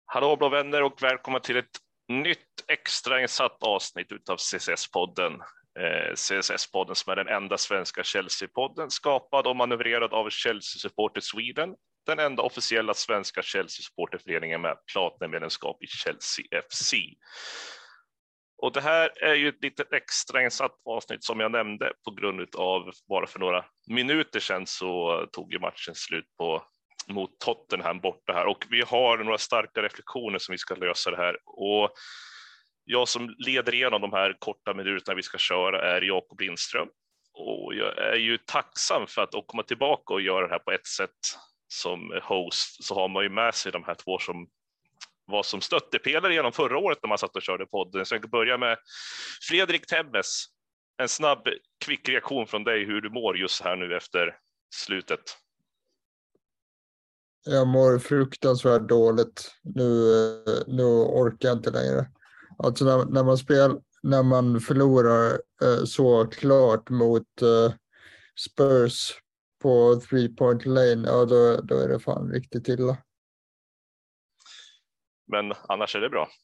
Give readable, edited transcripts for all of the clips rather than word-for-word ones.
Hallå blå vänner och välkomna till ett nytt extrainsatt avsnitt utav CSS-podden. CSS-podden som är den enda svenska Chelsea-podden, skapad och manövrerad av Chelsea Supporter Sweden, den enda officiella svenska Chelsea-supporterföreningen med platinumedlemskap i Chelsea FC. Och det här är ju ett litet extrainsatt avsnitt som jag nämnde på grund av bara för några minuter sedan så tog ju matchen slut mot Tottenham borta här, och vi har några starka reflektioner som vi ska lösa det här, och jag som leder igenom de här korta minuterna vi ska köra är Jakob Lindström, och jag är ju tacksam för att komma tillbaka och göra det här på ett sätt. Som host så har man ju med sig de här två som var som stöttepelare genom förra året när man satt och körde podden. Så jag kan börja med Fredrik Temmes. En snabb, kvick reaktion från dig hur du mår just här nu efter slutet. Jag mår fruktansvärt dåligt. Nu orkar jag inte längre. Alltså när man förlorar så klart mot Spurs på 3-point lane, ja, då är det fan riktigt illa. Men annars är det bra.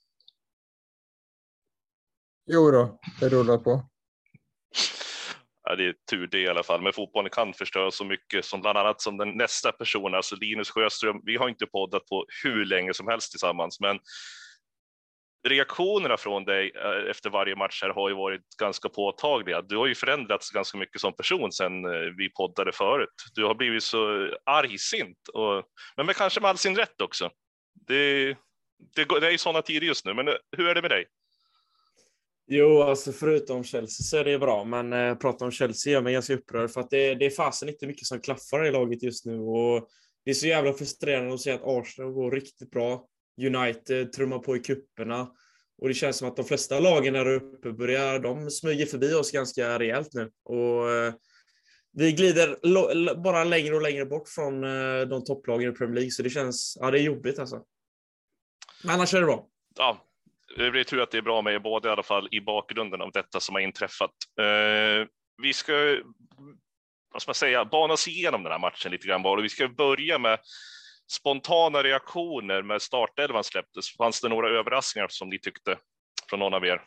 Jo då, det rullar på. Ja, det är tur det i alla fall, men fotbollen kan förstöra så mycket, som bland annat som den nästa person, alltså Linus Sjöström. Vi har inte poddat på hur länge som helst tillsammans, men reaktionerna från dig efter varje match här har ju varit ganska påtagliga. Du har ju förändrats ganska mycket som person sen vi poddade förut. Du har blivit så argsint, men kanske med all sin rätt också. Det är ju sådana tider just nu, men hur är det med dig? Jo, alltså förutom Chelsea så är det bra, men prata om Chelsea gör mig ganska upprörd för att det är fasen inte mycket som klaffar i laget just nu, och det är så jävla frustrerande att se att Arsenal går riktigt bra. United trummar på i kupperna, och det känns som att de flesta lagen där uppe de smyger förbi oss ganska rejält nu, och vi glider bara längre och längre bort från de topplagen i Premier League, så det känns, det är jobbigt alltså. Men annars är det bra. Ja, det blir tur att det är bra med både i alla fall i bakgrunden av detta som har inträffat. Vi ska, vad ska man säga, bana oss igenom den här matchen lite grann, och vi ska börja med spontana reaktioner med startelvan släpptes. Fanns det några överraskningar som ni tyckte från någon av er?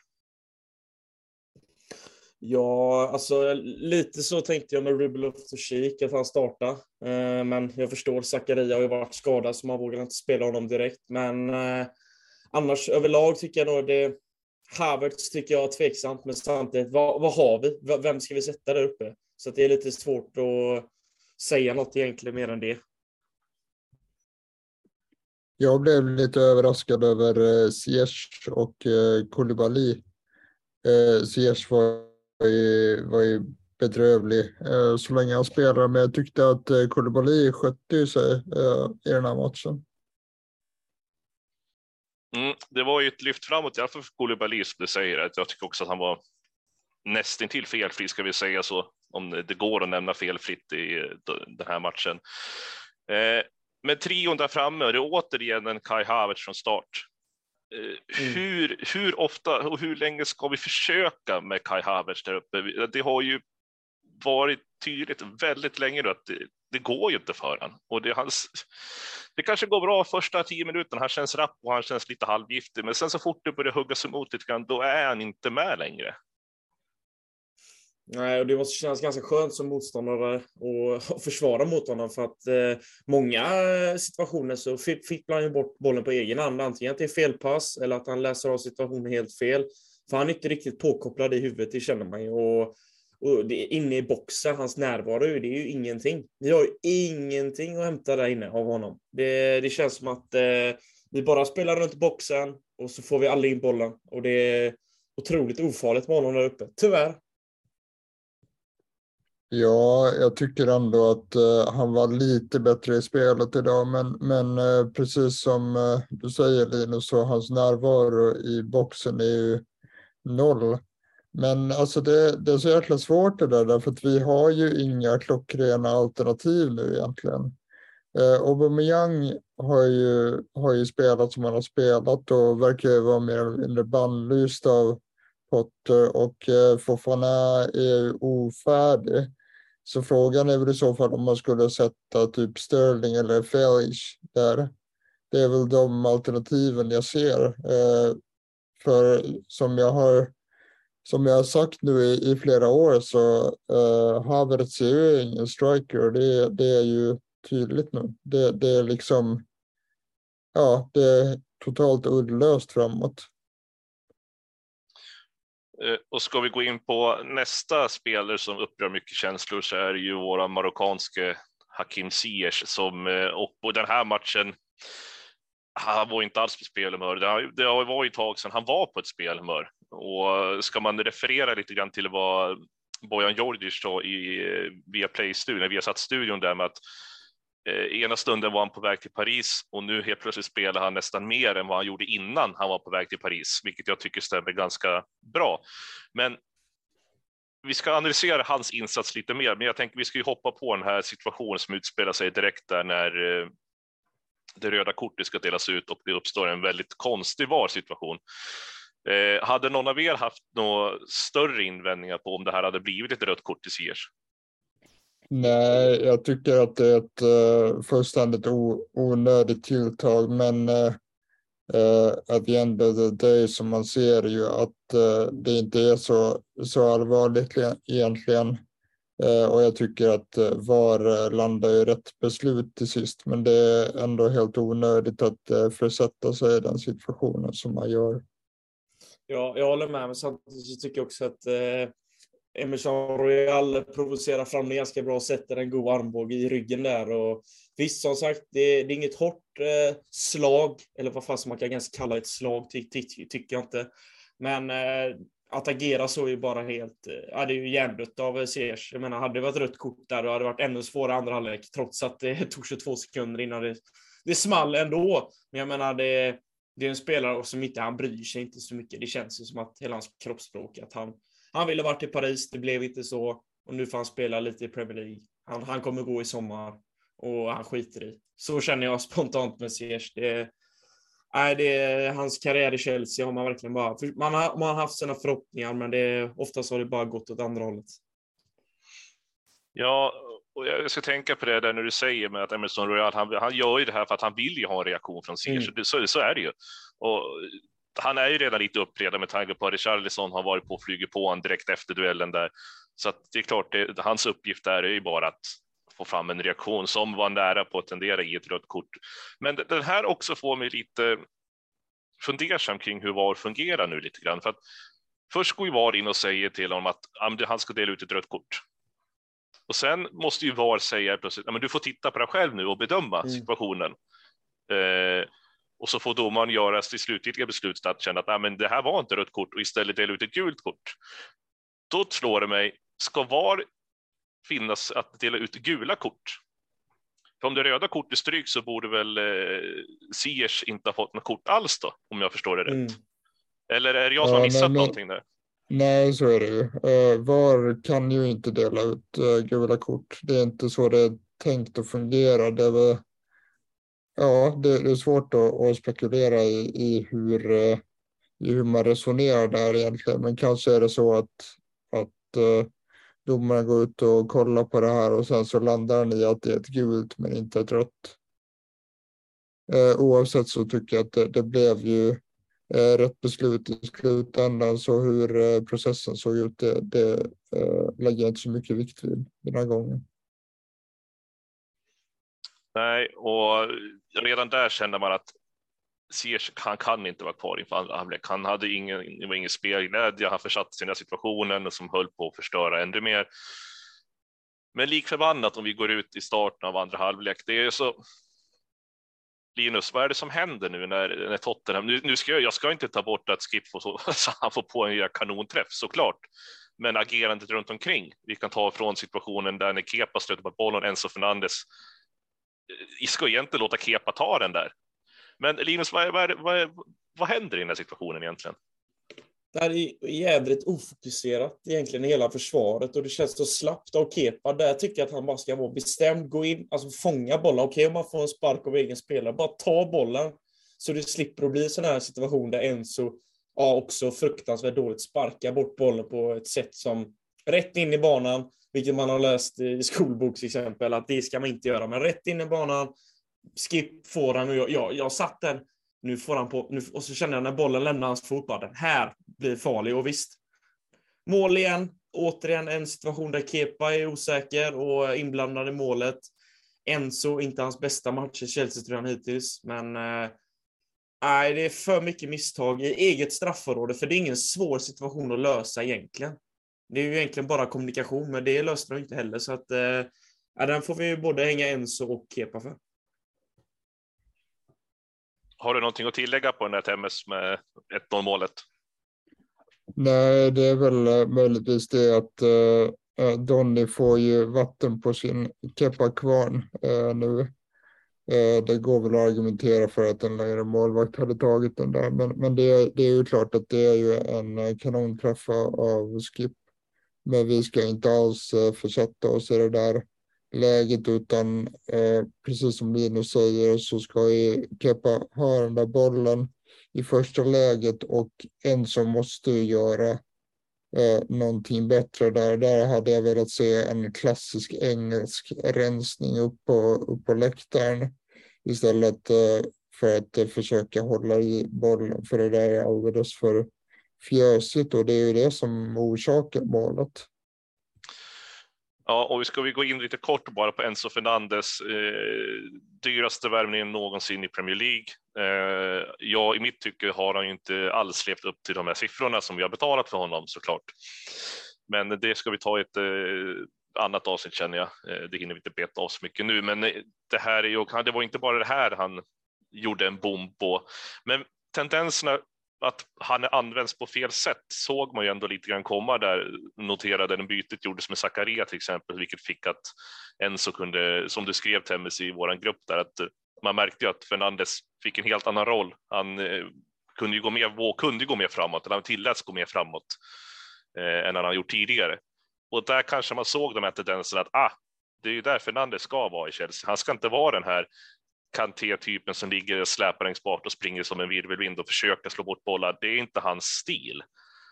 Ja, alltså lite så tänkte jag med Ruben Loftus-Cheek att han startar. Men jag förstår, Zakaria har ju varit skadad så man vågar inte spela honom direkt. Men annars överlag tycker jag nog det... Havertz tycker jag är tveksamt, men samtidigt, vad har vi? Vem ska vi sätta där uppe? Så att det är lite svårt att säga något egentligen mer än det. Jag blev lite överraskad över Ziyech och Koulibaly. Ziyech var ju bedrövlig så länge han spelade, men jag tyckte att Koulibaly skötte sig i den här matchen. Det var ju ett lyft framåt i alla fall för Koulibaly, som du säger. Att jag tycker också att han var nästintill felfri, ska vi säga så, om det går att nämna felfritt i den här matchen. Men trion där framme, det är återigen en Kai Havertz från start. Hur ofta och hur länge ska vi försöka med Kai Havertz där uppe? Det har ju varit tydligt väldigt länge nu att det går ju inte för han. Och det kanske går bra första 10 minuterna. Han känns rapp och han känns lite halvgiftig. Men sen så fort det börjar huggas emot lite grann, då är han inte med längre. Nej, och det måste kännas ganska skönt som motståndare och försvara mot honom, för att många situationer så fipplar han ju bort bollen på egen hand, antingen att det är felpass eller att han läser av situationen helt fel, för han är inte riktigt påkopplad i huvudet, det känner man ju, och det är inne i boxen, hans närvaro, det är ju ingenting. Vi har ju ingenting att hämta där inne av honom. Det känns som att vi bara spelar runt boxen och så får vi aldrig in bollen, och det är otroligt ofarligt med honom där uppe, tyvärr. Ja, jag tycker ändå att han var lite bättre i spelet idag, men precis som du säger Linus, så hans närvaro i boxen är ju 0. Men alltså det är så jäkla svårt det där, därför att vi har ju inga klockrena alternativ nu egentligen. Aubameyang har ju spelat som han har spelat och verkar ju vara mer eller mindre bannlyst av Potter, och Fofana är ofärdig. Så frågan är väl i så fall om man skulle sätta typ Sterling eller Felix där. det är väl de alternativen jag ser. För som jag har sagt nu i flera år så Havertz är ju ingen striker. Det är ju tydligt nu. Det är liksom, ja, det är totalt uddlöst framåt. Och ska vi gå in på nästa spelare som upprör mycket känslor, så är det ju våra marockanske Hakim Ziyech som, och på den här matchen, han var inte alls på spelhumör. Det var ju ett tag sedan han var på ett spelhumör. Och ska man referera lite grann till vad Bojan Djordjic sa via Play-studion, via satt studion där med att ena stunden var han på väg till Paris och nu helt plötsligt spelar han nästan mer än vad han gjorde innan han var på väg till Paris, vilket jag tycker stämmer ganska bra. Men vi ska analysera hans insats lite mer, men jag tänker vi ska ju hoppa på den här situationen som utspelar sig direkt där när det röda kortet ska delas ut och det uppstår en väldigt konstig VAR-situation. Hade någon av er haft några större invändningar på om det här hade blivit ett rött kort till Ziyech? Nej, jag tycker att det är ett fullständigt onödigt tilltag, men at the end of the day som man ser ju att det inte är så allvarligt egentligen. Och jag tycker att VAR landar i rätt beslut till sist, men det är ändå helt onödigt att försätta sig i den situationen som man gör. Ja, jag håller med, men samtidigt tycker jag också att Emerson Royal provocerar fram det ganska bra och sätter en god armbåge i ryggen där. Och visst, som sagt, det är inget hårt slag, eller vad fan som man kan ganska kalla ett slag, tycker jag inte. Men att agera så är ju bara helt, det är ju hjärndött av Ziyech. Jag menar, hade det varit rött kort där, då hade det varit ännu svårare andra halvlek, trots att det tog 22 sekunder innan det small ändå. Men jag menar, det är en spelare som inte, han bryr sig inte så mycket. Det känns ju som att hela hans kroppsspråk, att han ville varit i Paris, det blev inte så. Och nu får han spela lite i Premier League. Han kommer gå i sommar och han skiter i. Så känner jag spontant med Ziyech. Det är hans karriär i Chelsea har man verkligen bara... Man har haft sina förhoppningar, men oftast har det bara gått åt andra hållet. Ja, och jag ska tänka på det där när du säger med att Emerson Royal, han gör ju det här för att han vill ju ha en reaktion från Ziyech. Så är det ju. Och han är ju redan lite uppreda med tanke på att Richarlison har varit på och flyger på honom direkt efter duellen där. Så att det är klart, hans uppgift där är ju bara att få fram en reaktion som var nära på att tendera i ett rött kort. Men den här också får mig lite fundersam kring hur VAR fungerar nu lite grann. För att först går ju VAR in och säger till honom att han ska dela ut ett rött kort. Och sen måste ju VAR säga plötsligt, men du får titta på det själv nu och bedöma situationen. Och så får domaren göra det slutgiltiga beslutet att känna att men det här var inte rött kort och istället dela ut ett gult kort. Då slår det mig, ska VAR finnas att dela ut gula kort? För om det röda kortet stryks så borde väl Ziyech inte ha fått något kort alls då, om jag förstår det rätt. Eller är det jag som har missat någonting där? Nej, så är det ju. VAR kan ju inte dela ut gula kort. Det är inte så det är tänkt att fungera. Det är svårt att spekulera i hur man resonerar där egentligen. Men kanske är det så att domaren går ut och kollar på det här och sen så landar han i att det är ett gult men inte ett rött. Oavsett så tycker jag att det blev ju rätt beslut i slutändan, så hur processen såg ut det lägger jag inte så mycket vikt vid den här gången. Nej, och redan där kände man att Ziyech, han kan inte vara kvar inför andra halvlek. Han hade ingen spelglädje, han försatt sig i den situationen som höll på att förstöra ännu mer. Men likförbannat om vi går ut i starten av andra halvlek, det är så... Linus, vad är det som händer nu när Tottenham... Jag ska inte ta bort att Skip så han får på en kanonträff, såklart. Men agerandet runt omkring. Vi kan ta från situationen där när Kepa stöter på bollen, Enzo Fernandes. Vi ska egentligen låta Kepa ta den där. Men Linus, vad händer i den här situationen egentligen? Det här är jädrigt ofokuserat egentligen i hela försvaret, och det känns så slappt av Kepa. Där tycker jag att han bara ska vara bestämd, gå in, alltså fånga bollen. Okej, om man får en spark av egen spelare, bara ta bollen så det slipper att bli sån här situation där Enzo också fruktansvärt dåligt sparkar bort bollen på ett sätt som rätt in i banan, vilket man har läst i skolboksexempel att det ska man inte göra, men rätt in i banan Skip får han och jag satt där. Nu får han på, och så känner jag när bollen lämnar hans fot, bara den här blir farlig. Och visst, mål igen. Återigen en situation där Kepa är osäker och inblandad i målet. Enzo, inte hans bästa match i Chelsea-tröjan hittills. Men nej, det är för mycket misstag i eget straffområde. För det är ingen svår situation att lösa egentligen. Det är ju egentligen bara kommunikation, men det löser de inte heller. Så att den får vi ju både hänga Enzo och Kepa för. Har du någonting att tillägga på den här Temmes med 1-0-målet? Nej, det är väl möjligtvis det att Donny får ju vatten på sin Kepa-kvarn nu. Det går väl att argumentera för att en längre målvakt hade tagit den där. Men det är ju klart att det är ju en kanonträff av Skip. Men vi ska inte alls försätta oss i det där läget, utan precis som Linus säger så ska ju Kepa ha den där bollen i första läget, och en som måste göra någonting bättre där. Där hade jag velat se en klassisk engelsk rensning upp på läktaren istället för att försöka hålla i bollen, för det där är alldeles för fjösigt, och det är ju det som orsakar målet. Ja, och ska vi gå in lite kort bara på Enzo Fernandes, dyraste värvningen någonsin i Premier League. Ja, i mitt tycke har han ju inte alls levt upp till de här siffrorna som vi har betalat för honom, såklart. Men det ska vi ta i ett annat avsnitt, känner jag. Det hinner vi inte beta av så mycket nu, men det här är ju, det var inte bara det här han gjorde en bom på, men tendenserna att han används på fel sätt såg man ju ändå lite grann komma där. Noterade när bytet gjordes med Zakaria till exempel, vilket fick att Enzo kunde, som du skrev Temmes i våran grupp där, att man märkte ju att Fernandes fick en helt annan roll. Han kunde ju gå mer framåt, eller han tilläts gå mer framåt än han har gjort tidigare. Och där kanske man såg de här tendenserna att det är ju där Fernandes ska vara i Chelsea. Han ska inte vara den här Kanté-typen som ligger och släpar längst bort och springer som en virvelvind och försöker slå bort bollar. Det är inte hans stil.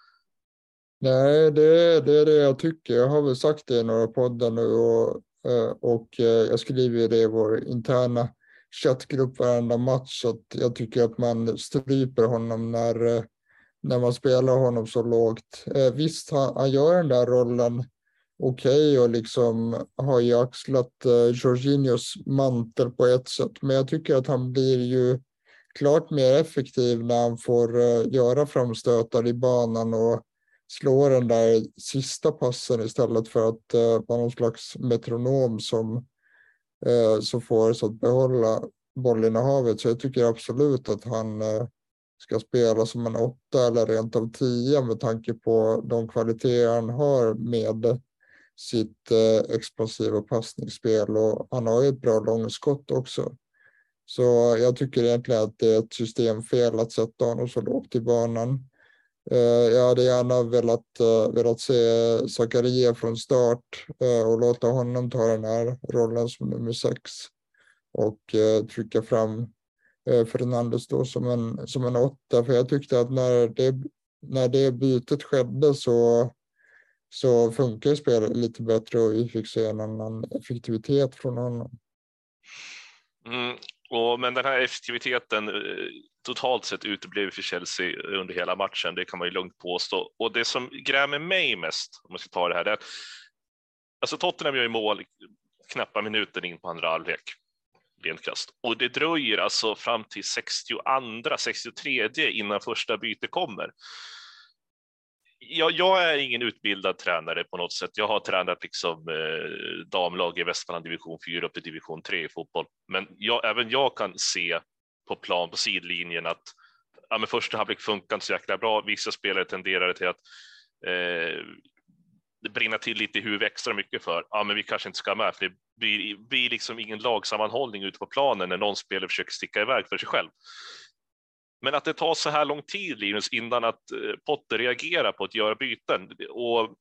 Nej, det är det jag tycker. Jag har väl sagt det i några poddar nu, och jag skriver det i vår interna chattgrupp varenda match, så att jag tycker att man stryper honom när man spelar honom så lågt. Visst, han gör den där rollen okej, och liksom har ju axlat Jorginhos mantel på ett sätt, men jag tycker att han blir ju klart mer effektiv när han får göra framstötar i banan och slå den där sista passen istället för att vara någon slags metronom som får så att behålla bollinnehavet. Så jag tycker absolut att han ska spela som en 8 eller rent av 10 med tanke på de kvaliteter han har med sitt explosiva passningsspel, och han har ju ett bra långskott också. Så jag tycker egentligen att det är ett systemfel att sätta honom så lågt i banan. Jag hade gärna velat se Zakaria från start och låta honom ta den här rollen som nummer 6 och trycka fram Fernandes då som en 8, för jag tyckte att när det bytet skedde så funkar spelet lite bättre och vi fick se en annan effektivitet från honom. Men den här effektiviteten totalt sett uteblev för Chelsea under hela matchen, det kan man ju lugnt påstå. Och det som grämer mig mest, om man ska ta det här, det är att alltså Tottenham gör ju mål knappa minuten in på andra halvlek. Och det dröjer alltså fram till 63 innan första byte kommer. Jag är ingen utbildad tränare på något sätt. Jag har tränat liksom damlag i Västmanland division 4 upp till division 3 i fotboll. Men även jag kan se på plan på sidlinjen att men första halvlek funkar inte så jäkla bra. Vissa spelare tenderar till att det brinner till lite i huvudet extra mycket för men vi kanske inte ska med, för det blir liksom ingen lagsammanhållning ute på planen när någon spelare försöker sticka iväg för sig själv. Men att det tar så här lång tid, Linus, innan att Potter reagerar på att göra byten. Och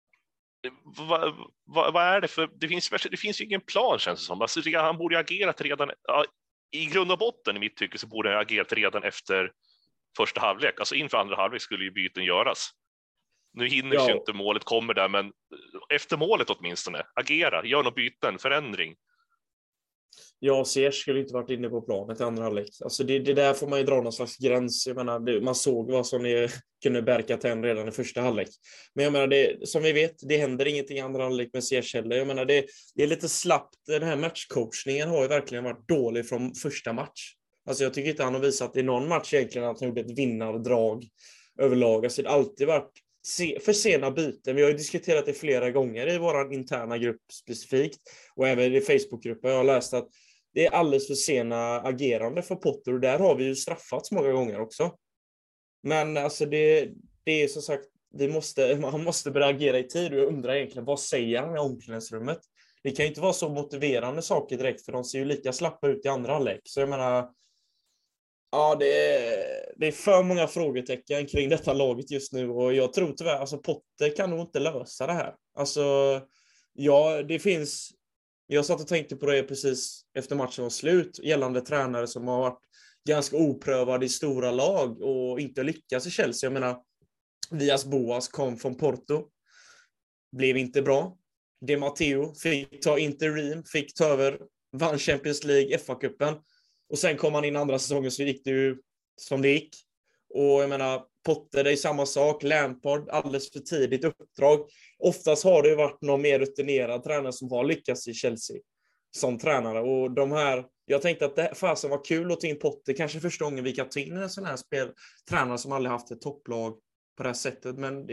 vad är det för... Det finns ju ingen plan, känns det som. Alltså, han borde ha agerat redan... I grund och botten, i mitt tycke, så borde han ha agerat redan efter första halvlek. Alltså inför andra halvlek skulle ju byten göras. Nu hinner ju inte målet kommer där, men efter målet åtminstone. Agera, gör något byten, förändring. Ziyech skulle inte varit inne på planet i andra halvlek. Alltså det där får man ju dra någon slags gräns. Jag menar, man såg vad som ni kunde Berka till redan i första halvlek. Men jag menar, som vi vet, det händer ingenting i andra halvlek med Ziyech heller. Jag menar, det är lite slappt. Den här matchcoachningen har ju verkligen varit dålig från första match. Alltså jag tycker inte han har visat i någon match egentligen att han gjorde ett vinnardrag överlag. Alltså det har alltid varit för sena byten. Vi har ju diskuterat det flera gånger i vår interna grupp specifikt och även i Facebookgruppen. Jag har läst att det är alldeles för sena agerande för Potter och där har vi ju straffats många gånger också. Men alltså det är som sagt, han måste börja agera i tid och jag undrar egentligen vad säger han i omklädningsrummet? Det kan ju inte vara så motiverande saker direkt för de ser ju lika slappa ut i andra halvlek. Så jag menar, ja, det är för många frågetecken kring detta laget just nu och jag tror tyvärr, alltså Potter kan nog inte lösa det här. Alltså, ja, det finns, jag satt och tänkte på det precis efter matchen var slut gällande tränare som har varit ganska oprövade i stora lag och inte lyckas i Chelsea. Jag menar, Villas-Boas kom från Porto, blev inte bra. Di Matteo fick ta interim, fick ta över, vann Champions League, FA-cupen. Och sen kom han in andra säsongen så gick det ju som det gick. Och jag menar, Potter, det är samma sak. Lampard, alldeles för tidigt uppdrag. Oftast har det ju varit någon mer rutinerad tränare som har lyckats i Chelsea som tränare. Och de här, jag tänkte att det fasen var kul att ta in Potter. Kanske första gången vi kan ta in en sån här tränare som aldrig haft ett topplag på det här sättet. Men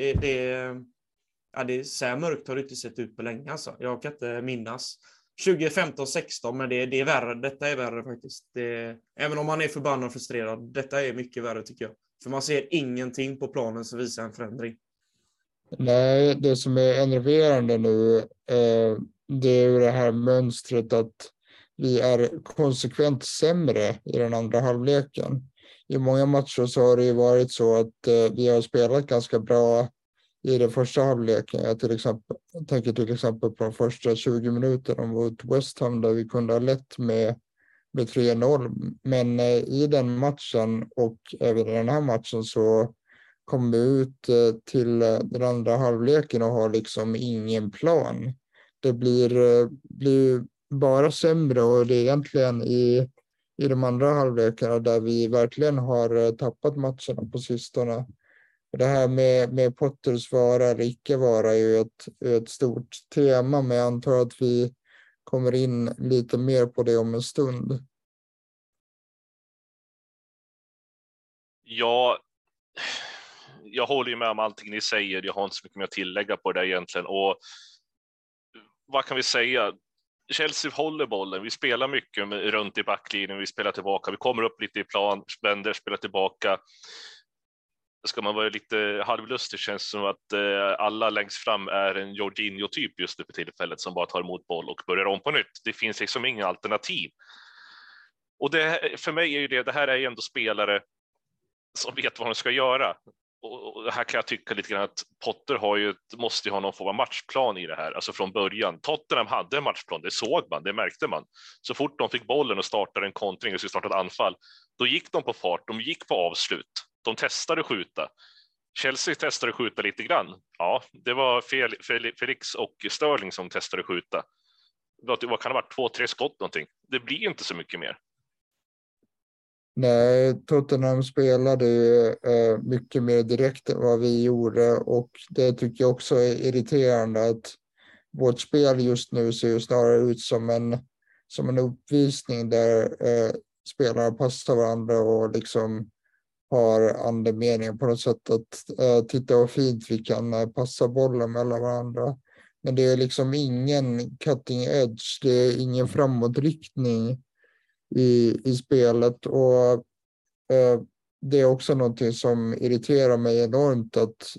det så här mörkt har det inte sett ut på länge. Alltså. Jag kan inte minnas 2015-16, men det är värre. Detta är värre faktiskt. Även om man är förbannad och frustrerad, detta är mycket värre tycker jag. För man ser ingenting på planen som visar en förändring. Nej, det som är enerverande nu det är ju det här mönstret att vi är konsekvent sämre i den andra halvleken. I många matcher så har det ju varit så att vi har spelat ganska bra i den första halvleken. Jag tänker till exempel på de första 20 minuterna mot West Ham där vi kunde ha lett med 3-0. Men i den matchen och även i den här matchen så kom vi ut till den andra halvleken och har liksom ingen plan. Det blir bara sämre och det är egentligen i de andra halvlekarna där vi verkligen har tappat matcherna på sistone. Det här med Potters vara eller icke vara är ju ett stort tema, men jag antar att vi kommer in lite mer på det om en stund. Ja, jag håller ju med om allting ni säger. Jag har inte så mycket mer att tillägga på det egentligen. Och vad kan vi säga? Chelsea håller bollen. Vi spelar mycket runt i backlinjen. Vi spelar tillbaka. Vi kommer upp lite i plan. Spender spelar tillbaka. Ska man vara lite halvlustig känns det som att alla längst fram är en Jorginho-typ just nu på tillfället som bara tar emot boll och börjar om på nytt. Det finns liksom inga alternativ. Och för mig är ju det här är ju ändå spelare som vet vad de ska göra. Och här kan jag tycka lite grann att Potter måste ha någon form av matchplan i det här, alltså från början. Tottenham hade en matchplan, det såg man, det märkte man. Så fort de fick bollen och startade en kontring och skulle starta ett anfall, då gick de på fart, de gick på avslut. De testade skjuta. Chelsea testade skjuta lite grann. Ja, det var Felix och Sterling som testade skjuta. Vad kan det ha varit? 2-3 skott någonting. Det blir inte så mycket mer. Nej, Tottenham spelade ju mycket mer direkt än vad vi gjorde och det tycker jag också är irriterande att vårt spel just nu ser ju snarare ut som en uppvisning där spelarna passar varandra och liksom har andemeningen på något sätt att titta vad fint vi kan passa bollen mellan varandra. Men det är liksom ingen cutting edge, det är ingen framåtriktning i spelet och det är också någonting som irriterar mig enormt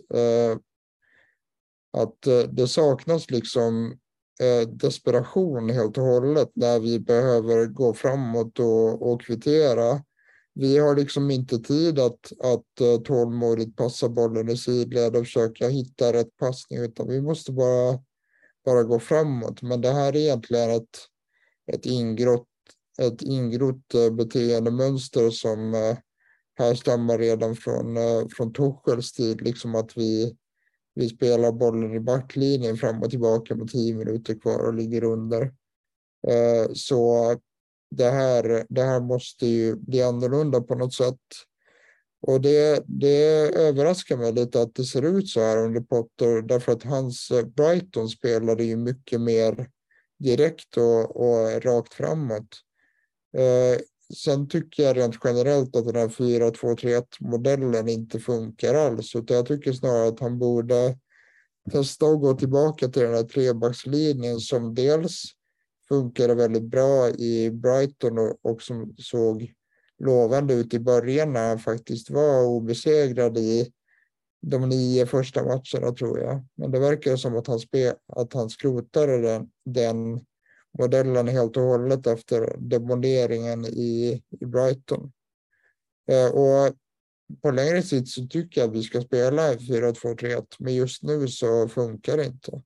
att det saknas liksom desperation helt och hållet när vi behöver gå framåt och kvittera. Vi har liksom inte tid att tålmodigt passa bollen i sidled och försöka hitta rätt passning utan vi måste bara gå framåt. Men det här är egentligen ett ingrott beteendemönster som härstammar redan från Tuchels tid, liksom att vi spelar bollen i backlinjen fram och tillbaka med 10 minuter kvar och ligger under. Så det här måste ju bli annorlunda på något sätt. Och det överraskar mig lite att det ser ut så här under Potter, därför att hans Brighton spelade ju mycket mer direkt och rakt framåt. Sen tycker jag rent generellt att den här 4-2-3-1-modellen inte funkar alls, utan jag tycker snarare att han borde testa att gå tillbaka till den här trebackslinjen som dels funkade väldigt bra i Brighton och som såg lovande ut i början när han faktiskt var obesegrad i de 9 första matcherna, tror jag. Men det verkar som att han skrotade den modellen helt och hållet efter demoleringen i Brighton. Och på längre sikt så tycker jag att vi ska spela 4-2-3-1, men just nu så funkar det inte.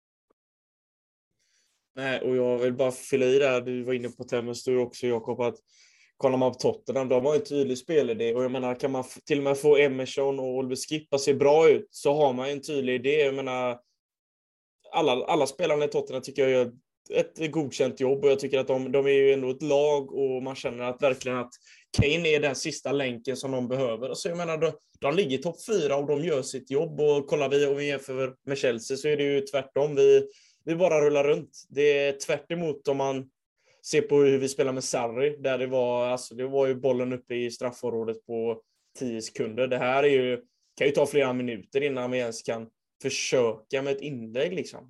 Nej, och jag vill bara fylla i där, du var inne på Temmerstur också, Jakob, att kollar man på Tottenham, de har en tydlig spelidé, och jag menar, kan man till och med få Emerson och Oliver Skippa se bra ut, så har man en tydlig idé. Jag menar, alla spelarna i Tottenham tycker jag gör ett godkänt jobb, och jag tycker att de är ju ändå ett lag, och man känner att verkligen att Kane är den sista länken som de behöver. Och så jag menar, de ligger i topp 4 och de gör sitt jobb, och kollar vi och vi jämför med Chelsea så är det ju tvärtom. Vi bara rullar runt. Det är tvärt emot om man ser på hur vi spelar med Sarri, där det var ju bollen uppe i straffområdet på 10 sekunder. Det här kan ju ta flera minuter innan vi ens kan försöka med ett inlägg liksom.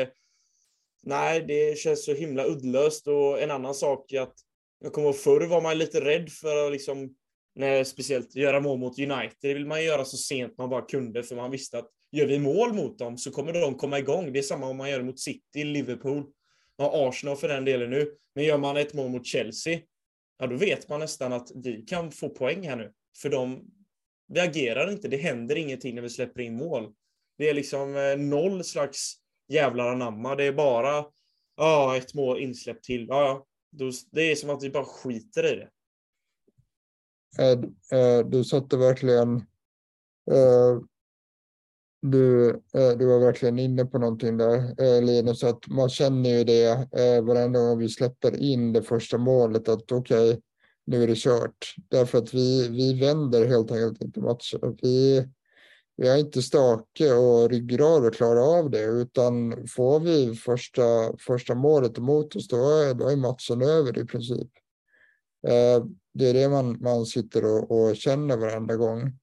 Det känns så himla uddlöst. Och en annan sak är att jag kommer ihåg förr var man lite rädd för att liksom, speciellt göra mål mot United. Det vill man göra så sent man bara kunde, för man visste att gör vi mål mot dem så kommer de komma igång. Det är samma om man gör det mot City, Liverpool och Arsenal för den delen nu. Men gör man ett mål mot Chelsea, ja, då vet man nästan att vi kan få poäng här nu. För vi agerar inte, det händer ingenting när vi släpper in mål. Det är liksom noll slags jävlar anamma. Det är bara ett mål insläppt till. Det är som att vi bara skiter i det. Du satte verkligen du var verkligen inne på någonting där, Linus, att man känner ju det varenda gång vi släpper in det första målet, att okej, nu är det kört. Därför att vi vänder helt enkelt inte matchen. Vi har inte stake och ryggrad att klara av det, utan får vi första målet emot oss, då är matchen över i princip. Det är det man sitter och känner varenda gång.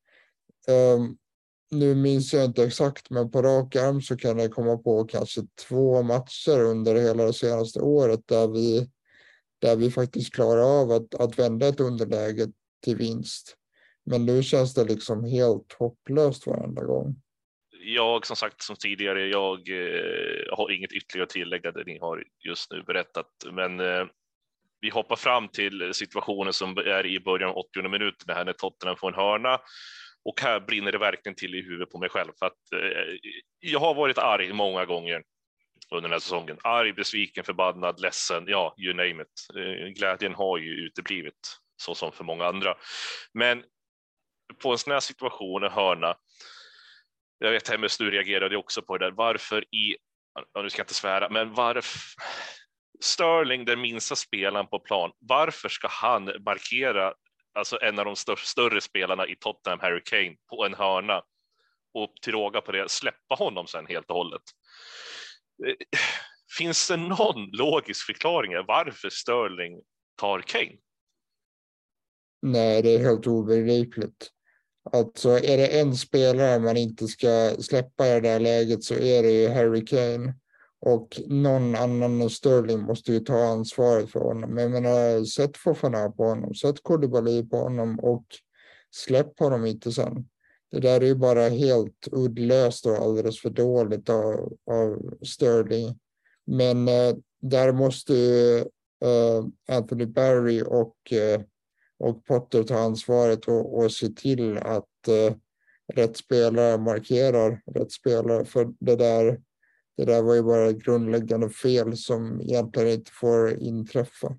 Nu minns jag inte exakt, men på rak arm så kan det komma på kanske 2 matcher under hela det senaste året där vi faktiskt klarar av att vända ett underläge till vinst. Men nu känns det liksom helt hopplöst varenda gång. Jag, som sagt, som tidigare, jag har inget ytterligare att tillägga det ni har just nu berättat. Men vi hoppar fram till situationen som är i början av 80:e minuten här när Tottenham får en hörna. Och här brinner det verkligen till i huvudet på mig själv. För att jag har varit arg många gånger under den här säsongen. Arg, besviken, förbannad, ledsen, ja, you name it. Glädjen har ju uteblivit, så som för många andra. Men på en sån här situation, en hörna, jag vet Hemmes, du reagerade också på det där. Varför nu ska jag inte svära, men varför Sterling, den minsta spelaren på plan, varför ska han markera alltså en av de större spelarna i Tottenham, Harry Kane, på en hörna, och till råga på det släppa honom sen helt och hållet? Finns det någon logisk förklaring varför Sterling tar Kane? Nej, det är helt obegripligt. Alltså, är det en spelare man inte ska släppa i det här läget, så är det ju Harry Kane. Och någon annan än Sterling måste ju ta ansvaret för honom. Jag menar, sätt Fofana på honom, sätt Koulibaly på honom och släpp honom inte sen. Det där är ju bara helt uddlöst och alldeles för dåligt av Sterling. Men där måste ju Anthony Barry och Potter ta ansvaret och se till att rätt spelare markerar rätt spelare. För det där var ju bara grundläggande fel som egentligen inte får inträffa.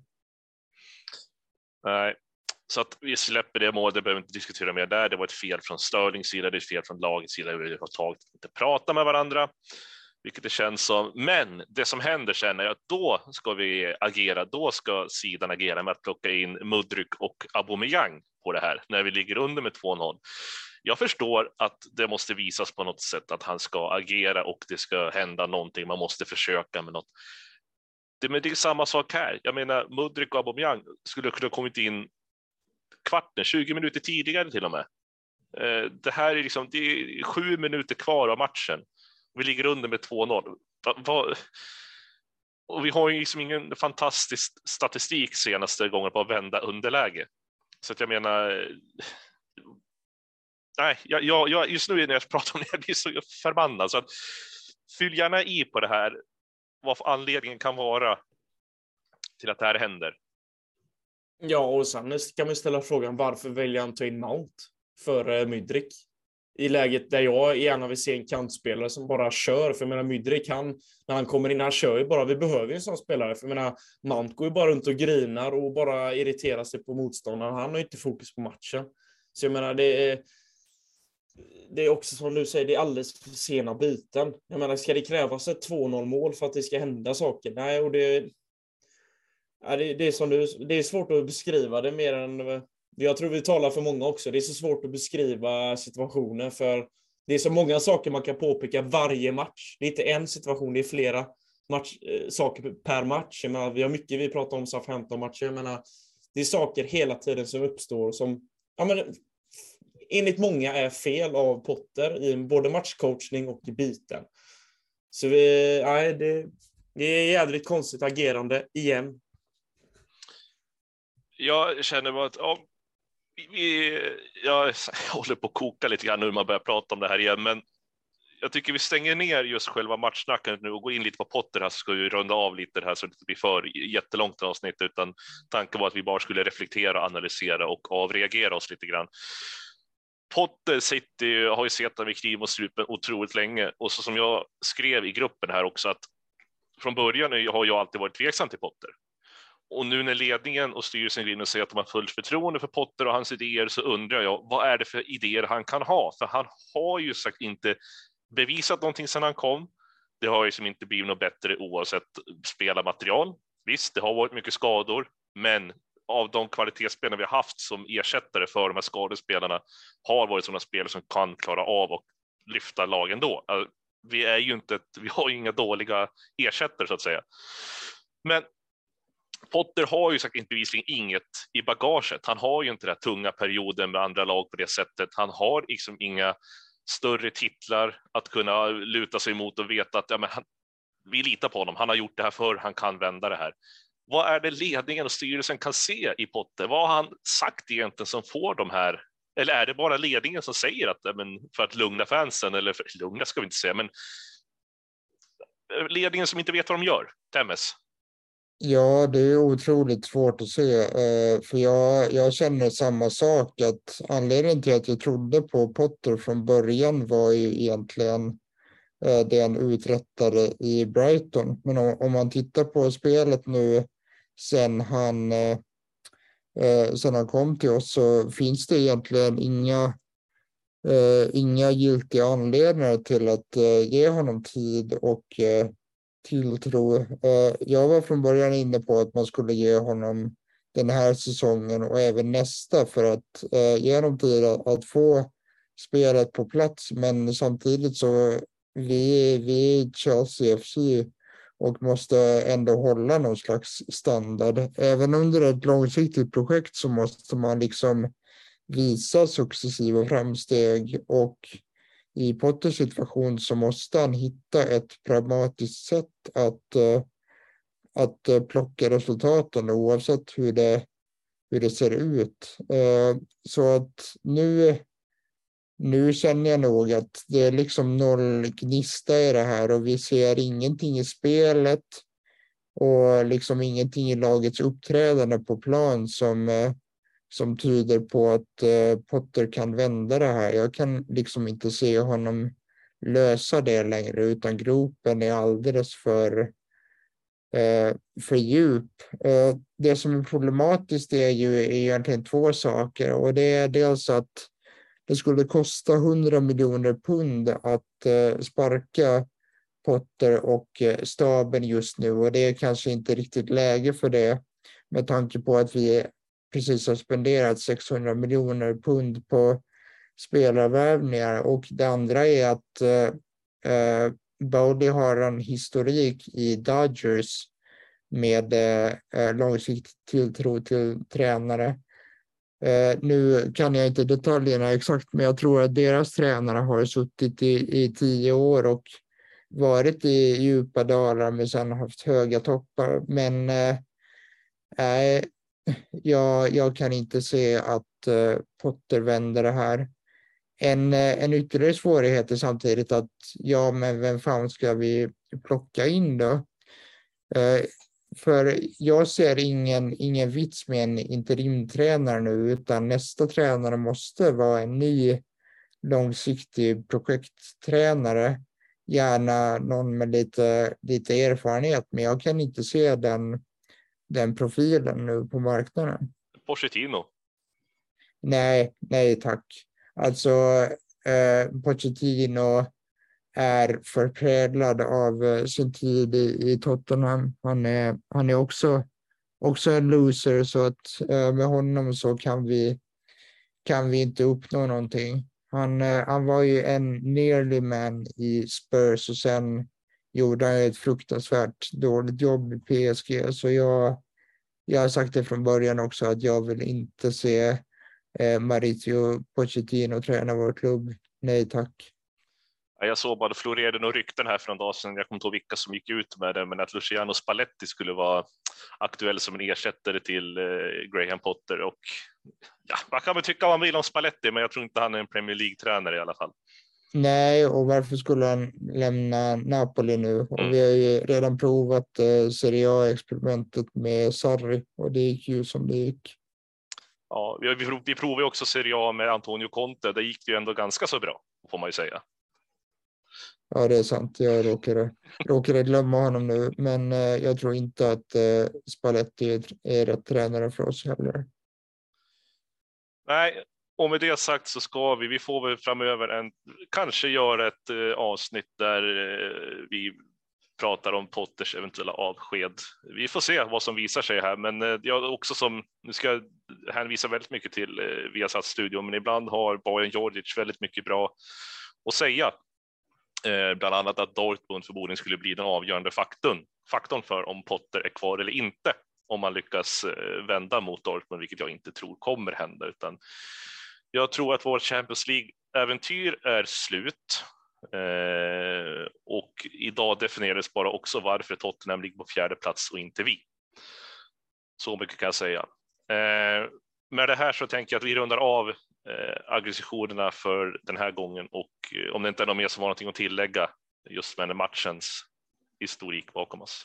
Nej, så att vi släpper det målet, det behöver vi inte diskutera mer där. Det var ett fel från Sterlings sida, det är ett fel från lagets sida överhuvudtaget, inte prata med varandra. vilket det känns som. Men det som händer sen är att då ska vi agera, då ska sidan agera med att plocka in Mudryk och Aubameyang på det här, när vi ligger under med 2-0. Jag förstår att det måste visas på något sätt att han ska agera och det ska hända någonting, man måste försöka med något. Men det är samma sak här. Jag menar, Mudryk och Aubameyang skulle kunna kommit in 20 minuter tidigare till och med. Det här är liksom, det är 7 minuter kvar av matchen. Vi ligger under med 2-0. Och vi har ju liksom ingen fantastisk statistik senaste gången på att vända underläge. Så att jag menar, nej, jag just nu när jag pratar om det, jag blir så förbannad. Så att, fyll gärna i på det här, vad anledningen kan vara till att det här händer. Ja, och sen kan man ställa frågan, varför väljer han ta in Mount för Mudryk? I läget där jag gärna vill se en kantspelare som bara kör. För jag menar, Mudryk, när han kommer in, han kör ju bara. Vi behöver ju en sån spelare. För jag menar, Mount går ju bara runt och grinar och bara irriterar sig på motståndaren. Han har ju inte fokus på matchen. Så jag menar, det är också som du säger, det är alldeles för sena byten. Jag menar, ska det krävas ett 2-0 mål för att det ska hända saker? Nej, och det är som det är svårt att beskriva det mer än... Jag tror vi talar för många också. Det är så svårt att beskriva situationer, för det är så många saker man kan påpeka varje match. Det är inte en situation, det är flera saker per match. Jag menar, vi har mycket vi pratar om Southampton-matcher. Jag menar, det är saker hela tiden som uppstår som, ja, men, enligt många är fel av Potter i både matchcoachning och i byten. Så det är jävligt konstigt agerande igen. Jag känner bara att jag håller på att koka lite grann nu när man börjar prata om det här igen, men jag tycker vi stänger ner just själva matchsnacket nu och går in lite på Potter här, så ska vi runda av lite här så det inte blir för jättelångt avsnitt, utan tanken var att vi bara skulle reflektera, analysera och avreagera oss lite grann. Potter har ju sett vid kniv och strupen otroligt länge, och så som jag skrev i gruppen här också, att från början har jag alltid varit tveksam till Potter. Och nu när ledningen och styrelsen går in och säger att de har fullt förtroende för Potter och hans idéer, så undrar jag, vad är det för idéer han kan ha? För han har ju sagt inte bevisat någonting sedan han kom. Det har ju som inte blivit något bättre oavsett spelarmaterial. Visst, det har varit mycket skador, men av de kvalitetsspelarna vi har haft som ersättare för de här skadespelarna har varit sådana spelare som kan klara av och lyfta lagen då. Vi har ju inga dåliga ersättare så att säga. Men Potter har ju sagt inte bevisligen inget i bagaget. Han har ju inte den tunga perioden med andra lag på det sättet. Han har liksom inga större titlar att kunna luta sig emot och veta att vi litar på honom. Han har gjort det här förr, han kan vända det här. Vad är det ledningen och styrelsen kan se i Potter? Vad har han sagt egentligen som får de här? Eller är det bara ledningen som säger att för att lugna fansen, eller för lugna ska vi inte säga, men ledningen som inte vet vad de gör? Temmes. Ja, det är otroligt svårt att se, för jag känner samma sak, att anledningen till att jag trodde på Potter från början var ju egentligen det han uträttade i Brighton. Men om man tittar på spelet nu sen han kom till oss, så finns det egentligen inga giltiga anledningar till att ge honom tid och tilltro. Jag var från början inne på att man skulle ge honom den här säsongen och även nästa, för att ge honom tid att få spelet på plats. Men samtidigt så vi är Chelsea FC och måste ändå hålla någon slags standard. Även under ett långsiktigt projekt så måste man liksom visa successiva framsteg, och i Potters situation så måste han hitta ett pragmatiskt sätt att plocka resultaten oavsett hur det ser ut. Så att nu känner jag nog att det är liksom noll gnista i det här, och vi ser ingenting i spelet och liksom ingenting i lagets uppträdande på plan som tyder på att Potter kan vända det här. Jag kan liksom inte se honom lösa det längre, utan gropen är alldeles för djup. Det som är problematiskt är ju egentligen två saker, och det är dels att det skulle kosta 100 miljoner pund att sparka Potter och staben just nu, och det är kanske inte riktigt läge för det med tanke på att vi precis har spenderat 600 miljoner pund på spelarvärvningar. Och det andra är att Bowley har en historik i Dodgers med långsiktig tilltro till tränare. Nu kan jag inte detaljerna exakt, men jag tror att deras tränare har suttit i 10 år och varit i djupa dalar men sen haft höga toppar. Men jag kan inte se att Potter vänder det här. En ytterligare svårighet är samtidigt att men vem fan ska vi plocka in då? För jag ser ingen vits med en interimtränare nu, utan nästa tränare måste vara en ny långsiktig projekttränare. Gärna någon med lite erfarenhet, men jag kan inte se den profilen nu på marknaden. Pochettino. Nej tack. Alltså Pochettino är förpräglad av sin tid i Tottenham. Han är också en loser, så att med honom så kan vi inte uppnå någonting. Han var ju en nearly man i Spurs och sen gjorde han ett fruktansvärt dåligt jobb i PSG. Så jag har sagt det från början också att jag vill inte se Mauricio Pochettino träna vår klubb. Nej tack. Jag såg bara det florerade några rykten här för en dag sedan, jag kommer inte ihåg vilka som gick ut med det, men att Luciano Spalletti skulle vara aktuell som en ersättare till Graham Potter. Och ja, man kan väl tycka vad man vill om Spalletti, men jag tror inte han är en Premier League-tränare i alla fall. Nej, och varför skulle han lämna Napoli nu? Och vi har ju redan provat Serie A-experimentet med Sarri och det gick ju som det gick. Ja, vi provade också Serie A med Antonio Conte, det gick ju ändå ganska så bra, får man ju säga. Ja, det är sant. Jag råkade glömma honom nu, men jag tror inte att Spalletti är rätt tränare för oss heller. Nej, och med det sagt så ska vi får väl framöver kanske göra ett avsnitt där vi pratar om Potters eventuella avsked. Vi får se vad som visar sig här, men jag också nu ska jag hänvisa väldigt mycket till Viasat studio, men ibland har Bojan Djordjic väldigt mycket bra att säga. Bland annat att Dortmund förmodligen skulle bli den avgörande faktorn för om Potter är kvar eller inte, om man lyckas vända mot Dortmund, vilket jag inte tror kommer hända, utan jag tror att vårt Champions League-äventyr är slut. Och idag definieras bara också varför Tottenham ligger på 4:e plats och inte vi. Så mycket kan jag säga. Med det här så tänker jag att vi rundar av aggressionerna för den här gången, och om det inte är någon mer som har någonting att tillägga just med matchens historik bakom oss.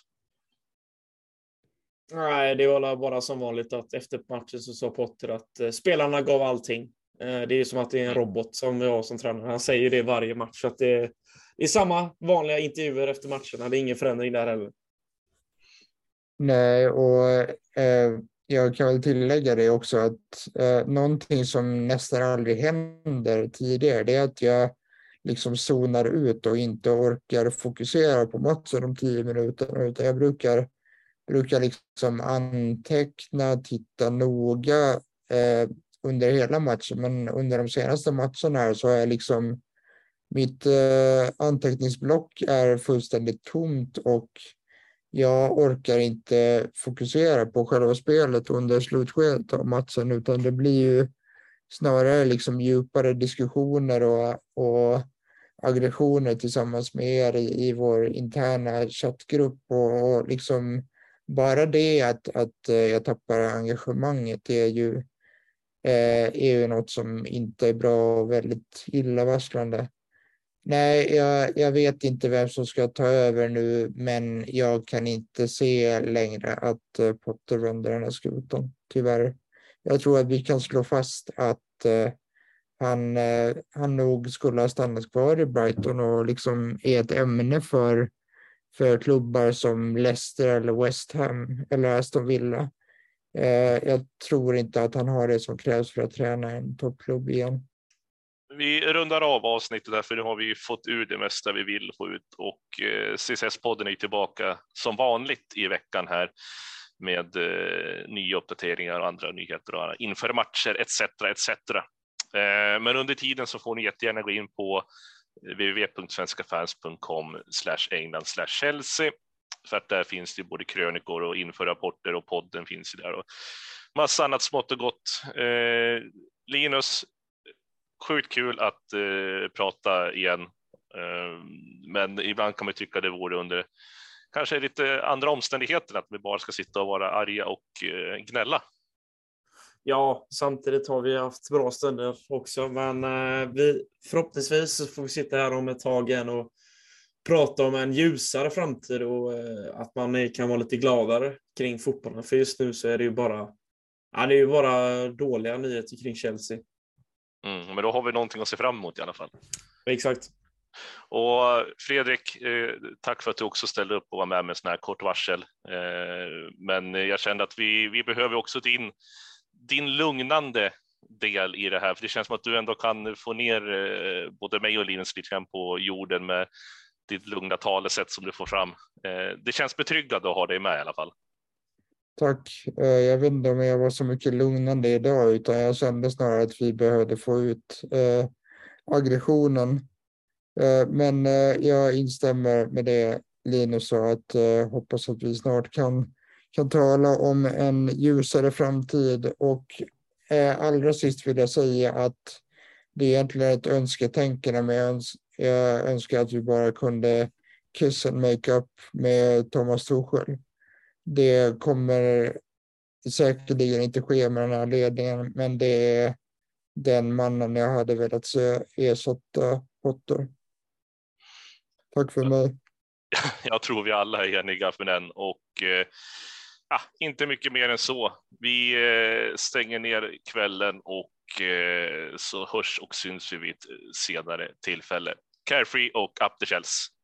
Nej, det var bara som vanligt att efter matchen så sa Potter att spelarna gav allting. Det är ju som att det är en robot som vi har som tränare. Han säger det varje match, så att det är samma vanliga intervjuer efter matcherna. Det är ingen förändring där heller. Nej, och jag kan väl tillägga det också att någonting som nästan aldrig händer tidigare, det är att jag liksom zonar ut och inte orkar fokusera på matchen om 10 minuter, utan jag brukar liksom anteckna, titta noga under hela matchen, men under de senaste matcherna här så är liksom mitt anteckningsblock är fullständigt tomt och jag orkar inte fokusera på själva spelet under slutskedet av matchen, utan det blir ju snarare liksom djupare diskussioner och aggressioner tillsammans med er i vår interna chattgrupp, och liksom bara det att jag tappar engagemanget är ju något som inte är bra och väldigt illavarslande. Nej, jag vet inte vem som ska ta över nu, men jag kan inte se längre att Potter vänder den här skutan, tyvärr. Jag tror att vi kan slå fast att han nog skulle ha stannat kvar i Brighton och liksom är ett ämne för klubbar som Leicester eller West Ham eller Aston Villa. Jag tror inte att han har det som krävs för att träna en toppklubb igen. vi rundar av avsnittet där, för nu har vi fått ur det mesta vi vill få ut, och CSS-podden är tillbaka som vanligt i veckan här med nya uppdateringar och andra nyheter och inför matcher etc. Men under tiden så får ni jättegärna gå in på www.svenskafans.com/England/Chelsea, för att där finns det både krönikor och införrapporter, och podden finns där och massa annat smått och gott. Linus, sjukt kul att prata igen, men ibland kan man tycka det vore under kanske lite andra omständigheter att vi bara ska sitta och vara arga och gnälla. Ja, samtidigt har vi haft bra stunder också, men förhoppningsvis får vi sitta här om ett tag igen och prata om en ljusare framtid, och att man kan vara lite gladare kring fotbollen. För just nu så är det ju bara dåliga nyheter kring Chelsea. Men då har vi någonting att se fram emot i alla fall. Exakt. Och Fredrik, tack för att du också ställde upp och var med sån här kort varsel. Men jag kände att vi behöver också din lugnande del i det här, för det känns som att du ändå kan få ner både mig och Linus lite grann på jorden med ditt lugna talesätt som du får fram. Det känns betryggande att ha dig med i alla fall. Tack. Jag vet inte om jag var så mycket lugnande idag, utan jag kände snarare att vi behövde få ut aggressionen. Men jag instämmer med det Linus sa, att hoppas att vi snart kan tala om en ljusare framtid. Och allra sist vill jag säga att det är egentligen ett önsketänkande, men jag önskar att vi bara kunde kiss and make up med Thomas Tuchel. Det kommer säkerligen inte ske med den här ledningen, men det är den mannen jag hade velat se ersätta Potter. Tack för mig. Jag tror vi alla är eniga för den, och inte mycket mer än så. Vi stänger ner kvällen, och så hörs och syns vi vid ett senare tillfälle. Carefree och up the Chelsea.